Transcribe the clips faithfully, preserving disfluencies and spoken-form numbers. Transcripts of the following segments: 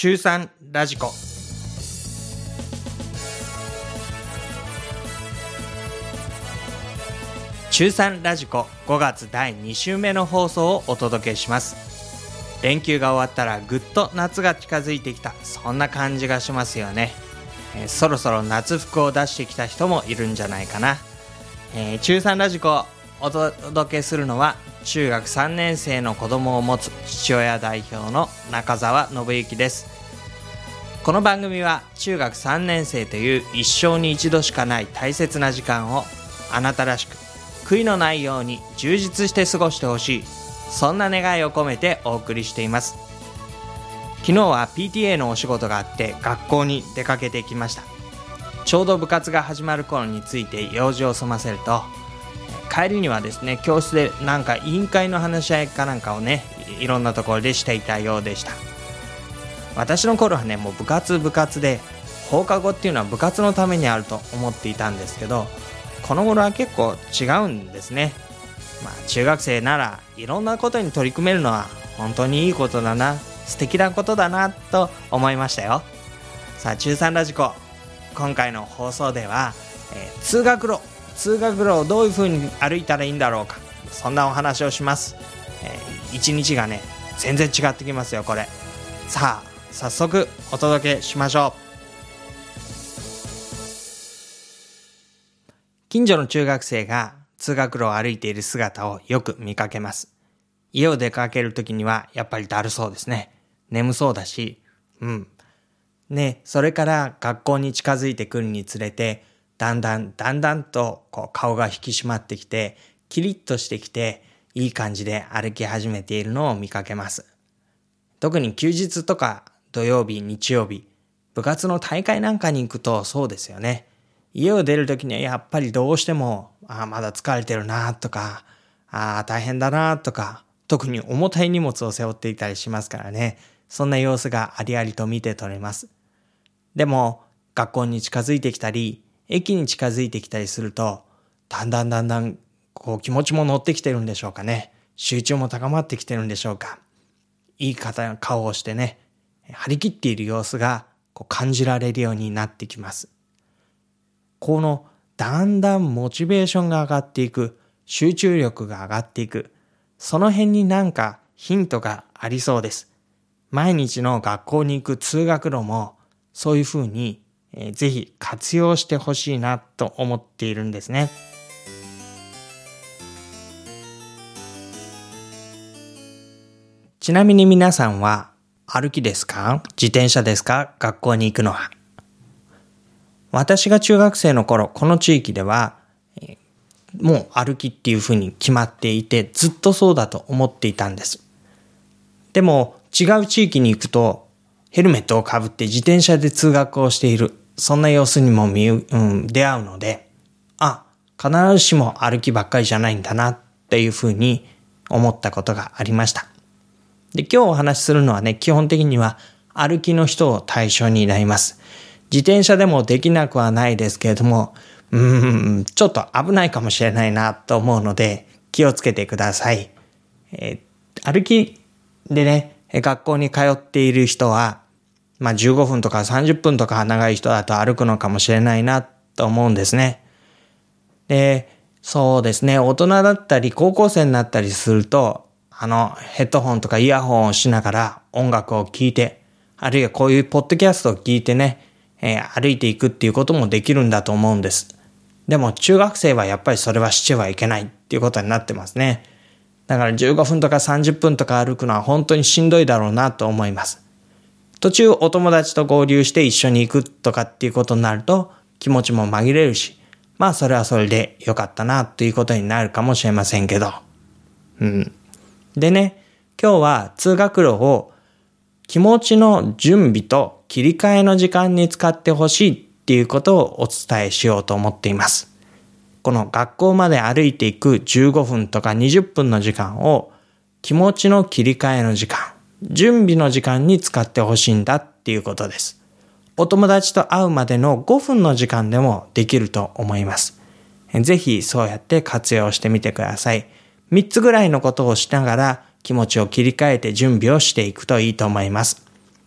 中さんラジコ。中さんラジコごがつだいに週目の放送をお届けします。連休が終わったらぐっと夏が近づいてきた、そんな感じがしますよね。えー、そろそろ夏服を出してきた人もいるんじゃないかな。えー、中さんラジコをお届けするのは中学さんねん生の子供を持つ父親代表の中澤信之です。この番組は中学さんねん生という一生に一度しかない大切な時間をあなたらしく悔いのないように充実して過ごしてほしい、そんな願いを込めてお送りしています。昨日は ピーティーエー のお仕事があって学校に出かけてきました。ちょうど部活が始まる頃について用事を済ませると、帰りにはですね、教室でなんか委員会の話し合いかなんかをね、いろんなところでしていたようでした。私の頃はね、もう部活部活で放課後っていうのは部活のためにあると思っていたんですけど、この頃は結構違うんですね。まあ中学生ならいろんなことに取り組めるのは本当にいいことだな、素敵なことだなと思いましたよ。さあ中さんラジコ、今回の放送では、えー、通学路通学路をどういう風に歩いたらいいんだろうか、そんなお話をします。えー、一日がね全然違ってきますよこれ。さあ早速お届けしましょう。近所の中学生が通学路を歩いている姿をよく見かけます。家を出かけるときにはやっぱりだるそうですね。眠そうだし、うんね、それから学校に近づいてくるにつれてだんだんだんだんとこう顔が引き締まってきて、キリッとしてきて、いい感じで歩き始めているのを見かけます。特に休日とか土曜日、日曜日、部活の大会なんかに行くとそうですよね。家を出るときにはやっぱりどうしても、ああまだ疲れてるなとか、ああ大変だなとか、特に重たい荷物を背負っていたりしますからね。そんな様子がありありと見て取れます。でも学校に近づいてきたり、駅に近づいてきたりすると、だんだんだんだんこう気持ちも乗ってきてるんでしょうかね。集中も高まってきてるんでしょうか。いい顔をしてね、張り切っている様子がこう感じられるようになってきます。このだんだんモチベーションが上がっていく、集中力が上がっていく、その辺になんかヒントがありそうです。毎日の学校に行く通学路もそういうふうに、えー、ぜひ活用してほしいなと思っているんですね。ちなみに皆さんは歩きですか？自転車ですか？学校に行くのは。私が中学生の頃、この地域では、えー、もう歩きっていうふうに決まっていて、ずっとそうだと思っていたんです。でも違う地域に行くと、ヘルメットをかぶって自転車で通学をしている、そんな様子にも見、うん、出会うので、あ、必ずしも歩きばっかりじゃないんだなっていうふうに思ったことがありました。で、今日お話しするのはね、基本的には歩きの人を対象になります。自転車でもできなくはないですけれども、うーん、ちょっと危ないかもしれないなと思うので気をつけてください。えー、歩きでね、学校に通っている人は、まあじゅうごふんとかさんじゅっぷんとか長い人だと歩くのかもしれないなと思うんですね。で、そうですね、大人だったり高校生になったりすると、あのヘッドホンとかイヤホンをしながら音楽を聴いて、あるいはこういうポッドキャストを聞いてね、えー、歩いていくっていうこともできるんだと思うんです。でも中学生はやっぱりそれはしてはいけないっていうことになってますね。だからじゅうごふんとかさんじゅっぷんとか歩くのは本当にしんどいだろうなと思います。途中お友達と合流して一緒に行くとかっていうことになると気持ちも紛れるし、まあそれはそれでよかったなということになるかもしれませんけど。うん。でね、今日は通学路を気持ちの準備と切り替えの時間に使ってほしいっていうことをお伝えしようと思っています。この学校まで歩いていくじゅうごふんとかにじゅっぷんの時間を気持ちの切り替えの時間、準備の時間に使ってほしいんだっていうことです。お友達と会うまでのごふんの時間でもできると思います。ぜひそうやって活用してみてください。みっつぐらいのことをしながら気持ちを切り替えて準備をしていくといいと思います。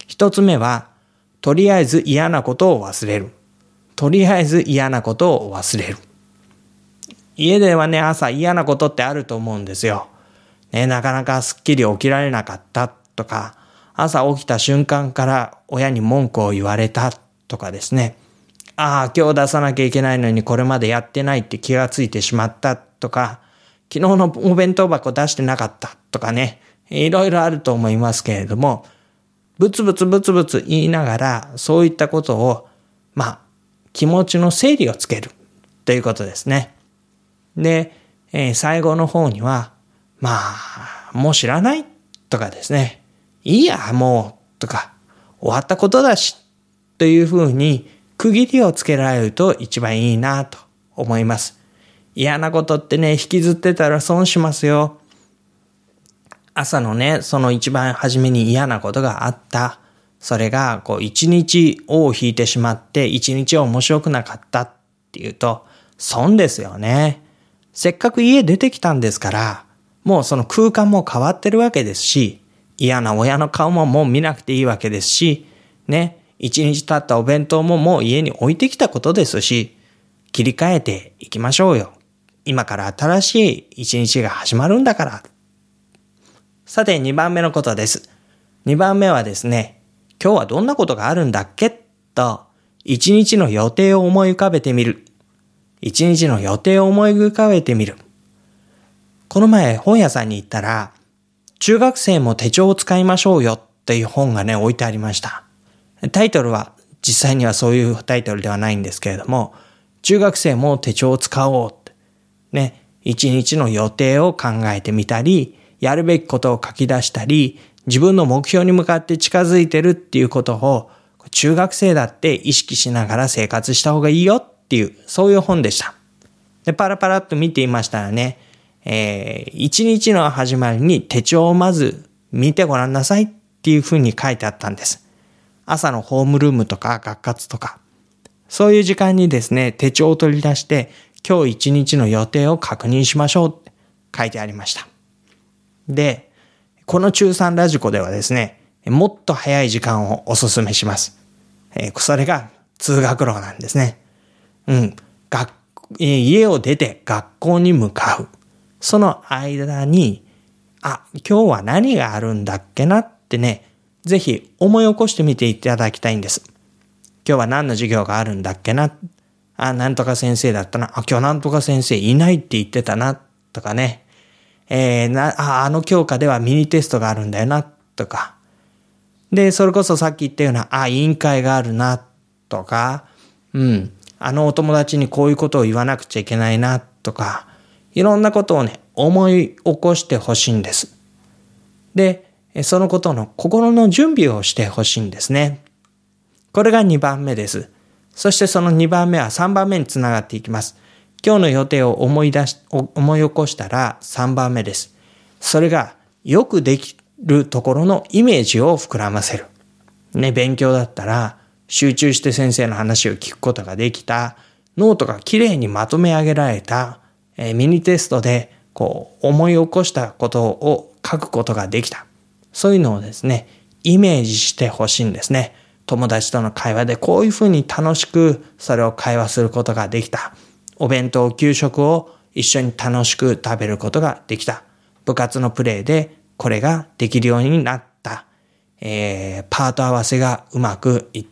一つ目は、とりあえず嫌なことを忘れる。とりあえず嫌なことを忘れる。家ではね、朝嫌なことってあると思うんですよ。ね、なかなかすっきり起きられなかったとか、朝起きた瞬間から親に文句を言われたとかですね。ああ、今日出さなきゃいけないのにこれまでやってないって気がついてしまったとか、昨日のお弁当箱出してなかったとかね、いろいろあると思いますけれども、ブツブツブツブツ言いながら、そういったことを、まあ、気持ちの整理をつけるということですね。で、えー、最後の方には、まあ、もう知らないとかですね、いいや、もう、とか、終わったことだし、というふうに区切りをつけられると一番いいなと思います。嫌なことってね、引きずってたら損しますよ。朝のね、その一番初めに嫌なことがあった。それが、こう、一日尾を引いてしまって、一日面白くなかったっていうと、損ですよね。せっかく家出てきたんですから、もうその空間も変わってるわけですし、嫌な親の顔ももう見なくていいわけですし、ね、一日経ったお弁当ももう家に置いてきたことですし、切り替えていきましょうよ。今から新しい一日が始まるんだから。さて、にばんめのことです。にばんめはですね、今日はどんなことがあるんだっけと、一日の予定を思い浮かべてみる。一日の予定を思い浮かべてみる。この前本屋さんに行ったら、中学生も手帳を使いましょうよっていう本がね、置いてありました。タイトルは実際にはそういうタイトルではないんですけれども、中学生も手帳を使おうって。ね、一日の予定を考えてみたり、やるべきことを書き出したり、自分の目標に向かって近づいてるっていうことを、中学生だって意識しながら生活した方がいいよっていう、そういう本でした。で、パラパラっと見ていましたらね、えー、一日の始まりに手帳をまず見てごらんなさいっていうふうに書いてあったんです。朝のホームルームとか学活とか、そういう時間にですね、手帳を取り出して、今日一日の予定を確認しましょうって書いてありました。で、この中さんラジコではですね、もっと早い時間をお勧めします。えー、それが通学路なんですね。うん。学、えー、家を出て学校に向かう。その間に、あ、今日は何があるんだっけなってね、ぜひ思い起こしてみていただきたいんです。今日は何の授業があるんだっけな。あ、なんとか先生だったな。あ、今日なんとか先生いないって言ってたな。とかね。えー、な、あ、あの教科ではミニテストがあるんだよな。とか。で、それこそさっき言ったような、あ、委員会があるな。とか。うん。あのお友達にこういうことを言わなくちゃいけないな。とか。いろんなことをね、思い起こしてほしいんです。で、そのことの心の準備をしてほしいんですね。これがにばんめです。そしてそのにばんめはさんばんめにつながっていきます。今日の予定を思い出し、思い起こしたらさんばんめです。それがよくできるところのイメージを膨らませる。ね、勉強だったら集中して先生の話を聞くことができた。ノートがきれいにまとめ上げられた。えー、ミニテストでこう思い起こしたことを書くことができた。そういうのをですね、イメージしてほしいんですね。友達との会話でこういうふうに楽しくそれを会話することができた。お弁当、給食を一緒に楽しく食べることができた。部活のプレーでこれができるようになった。えー、パート合わせがうまくいった。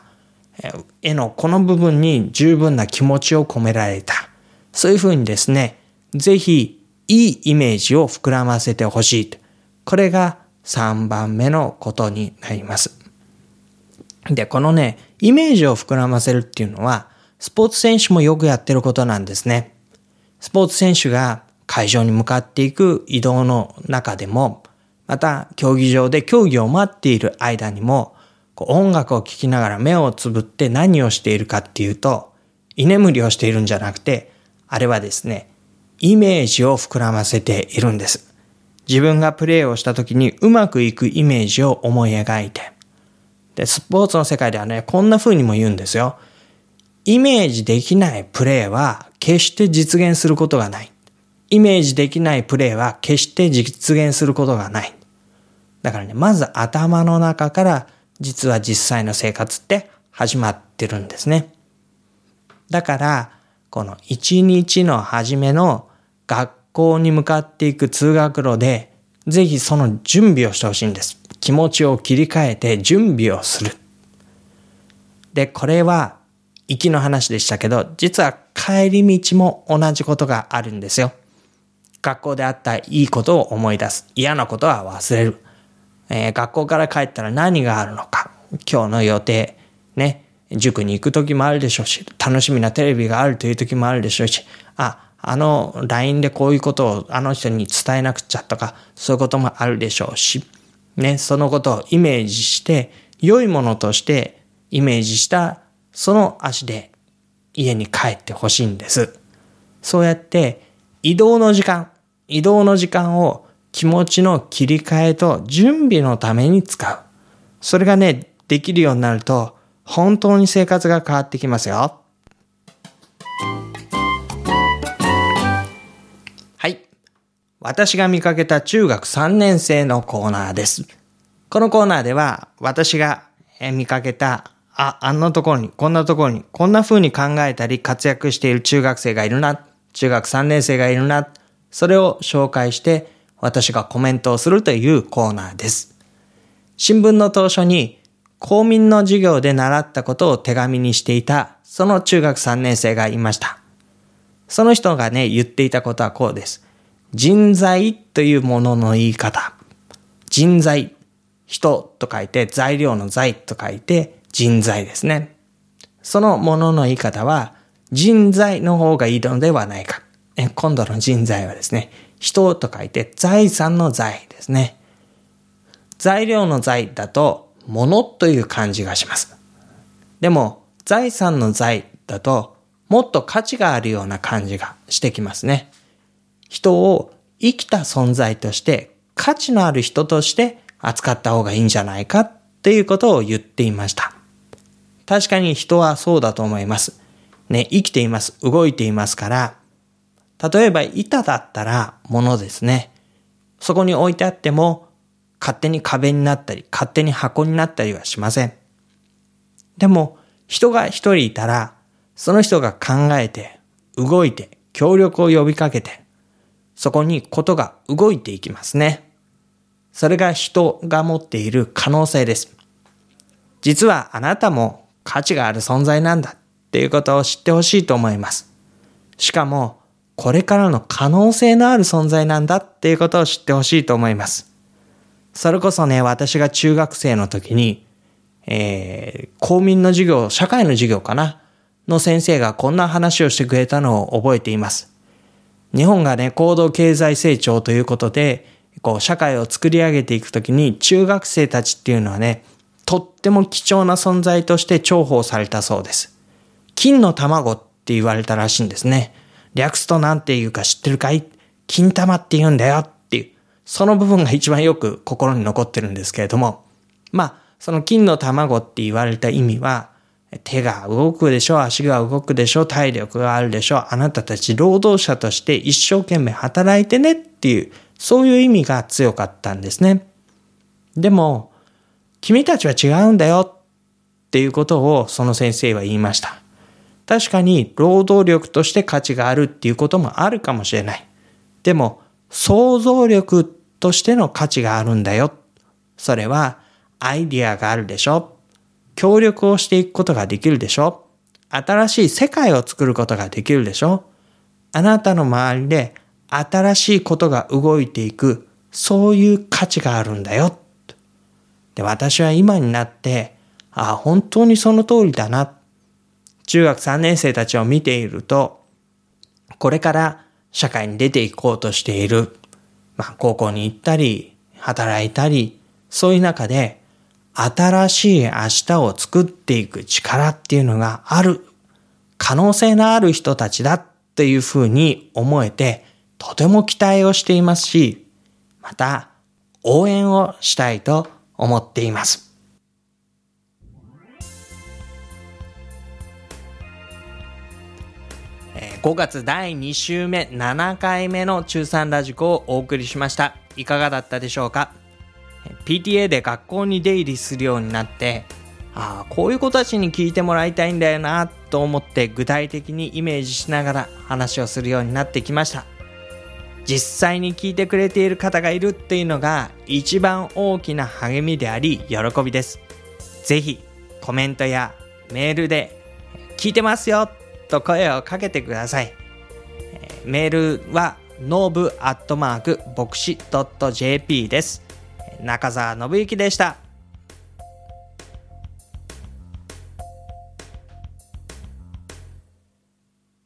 絵のこの部分に十分な気持ちを込められた。そういうふうにですね、ぜひいいイメージを膨らませてほしい。これがさんばんめのことになります。で、このね、イメージを膨らませるっていうのは、スポーツ選手もよくやってることなんですね。スポーツ選手が会場に向かっていく移動の中でも、また競技場で競技を待っている間にも、こう音楽を聴きながら目をつぶって何をしているかっていうと、居眠りをしているんじゃなくて、あれはですね、イメージを膨らませているんです。自分がプレーをした時にうまくいくイメージを思い描いて。で、スポーツの世界ではね、こんな風にも言うんですよ。イメージできないプレーは決して実現することがない。イメージできないプレーは決して実現することがない。だからね、まず頭の中から実は実際の生活って始まってるんですね。だから、この一日の初めの学校に向かっていく通学路で、ぜひその準備をしてほしいんです。気持ちを切り替えて準備をする。で、これは行きの話でしたけど、実は帰り道も同じことがあるんですよ。学校であったいいことを思い出す。嫌なことは忘れる。えー、学校から帰ったら何があるのか。今日の予定。ね。塾に行く時もあるでしょうし、楽しみなテレビがあるという時もあるでしょうし、あ、あの ライン でこういうことをあの人に伝えなくちゃとか、そういうこともあるでしょうし、ね、そのことをイメージして、良いものとしてイメージしたその足で家に帰ってほしいんです。そうやって移動の時間、移動の時間を気持ちの切り替えと準備のために使う。それがね、できるようになると、本当に生活が変わってきますよ。はい。私が見かけた中学さんねん生のコーナーです。このコーナーでは、私が見かけた、あ、あんなところに、こんなところに、こんな風に考えたり活躍している中学生がいるな、中学さんねん生がいるな、それを紹介して、私がコメントをするというコーナーです。新聞の当初に、公民の授業で習ったことを手紙にしていた、その中学さんねん生がいました。その人がね、言っていたことはこうです。人材というものの言い方。人材。人と書いて、材料の材と書いて、人材ですね。そのものの言い方は、人材の方がいいのではないか。え今度の人材はですね、人と書いて、財産の財ですね。材料の財だと、ものという感じがします。でも、財産の財だと、もっと価値があるような感じがしてきますね。人を生きた存在として、価値のある人として扱った方がいいんじゃないかっていうことを言っていました。確かに人はそうだと思います。ね、生きています。動いていますから、例えば板だったらものですね。そこに置いてあっても、勝手に壁になったり、勝手に箱になったりはしません。でも、人が一人いたら、その人が考えて、動いて、協力を呼びかけて、そこにことが動いていきますね。それが人が持っている可能性です。実はあなたも価値がある存在なんだっていうことを知ってほしいと思います。しかも、これからの可能性のある存在なんだっていうことを知ってほしいと思います。それこそね、私が中学生の時に、えー、公民の授業、社会の授業かなの先生がこんな話をしてくれたのを覚えています。日本がね、高度経済成長ということで、こう、社会を作り上げていくときに、中学生たちっていうのはね、とっても貴重な存在として重宝されたそうです。金の卵って言われたらしいんですね。略すとなんて言うか知ってるかい？金玉って言うんだよっていう。その部分が一番よく心に残ってるんですけれども、まあ、その金の卵って言われた意味は、手が動くでしょ、足が動くでしょ、体力があるでしょ、あなたたち労働者として一生懸命働いてねっていう、そういう意味が強かったんですね。でも、君たちは違うんだよっていうことをその先生は言いました。確かに労働力として価値があるっていうこともあるかもしれない。でも、想像力としての価値があるんだよ。それはアイディアがあるでしょ。協力をしていくことができるでしょ。新しい世界を作ることができるでしょ。あなたの周りで新しいことが動いていく、そういう価値があるんだよ。で、私は今になって、ああ、本当にその通りだな。中学さんねん生たちを見ていると、これから社会に出ていこうとしている、まあ、高校に行ったり、働いたり、そういう中で、新しい明日を作っていく力っていうのがある、可能性のある人たちだっていうふうに思えて、とても期待をしていますし、また応援をしたいと思っています。ごがつだいに週目ななかいめの中さんラジコをお送りしました。いかがだったでしょうか？ ピーティーエー で学校に出入りするようになって、ああ、こういう子たちに聞いてもらいたいんだよなと思って具体的にイメージしながら話をするようになってきました。実際に聞いてくれている方がいるっていうのが一番大きな励みであり喜びです。ぜひコメントやメールで聞いてますよと声をかけてください。メールはノブアットマーク牧師 .jp です。中澤信之でした。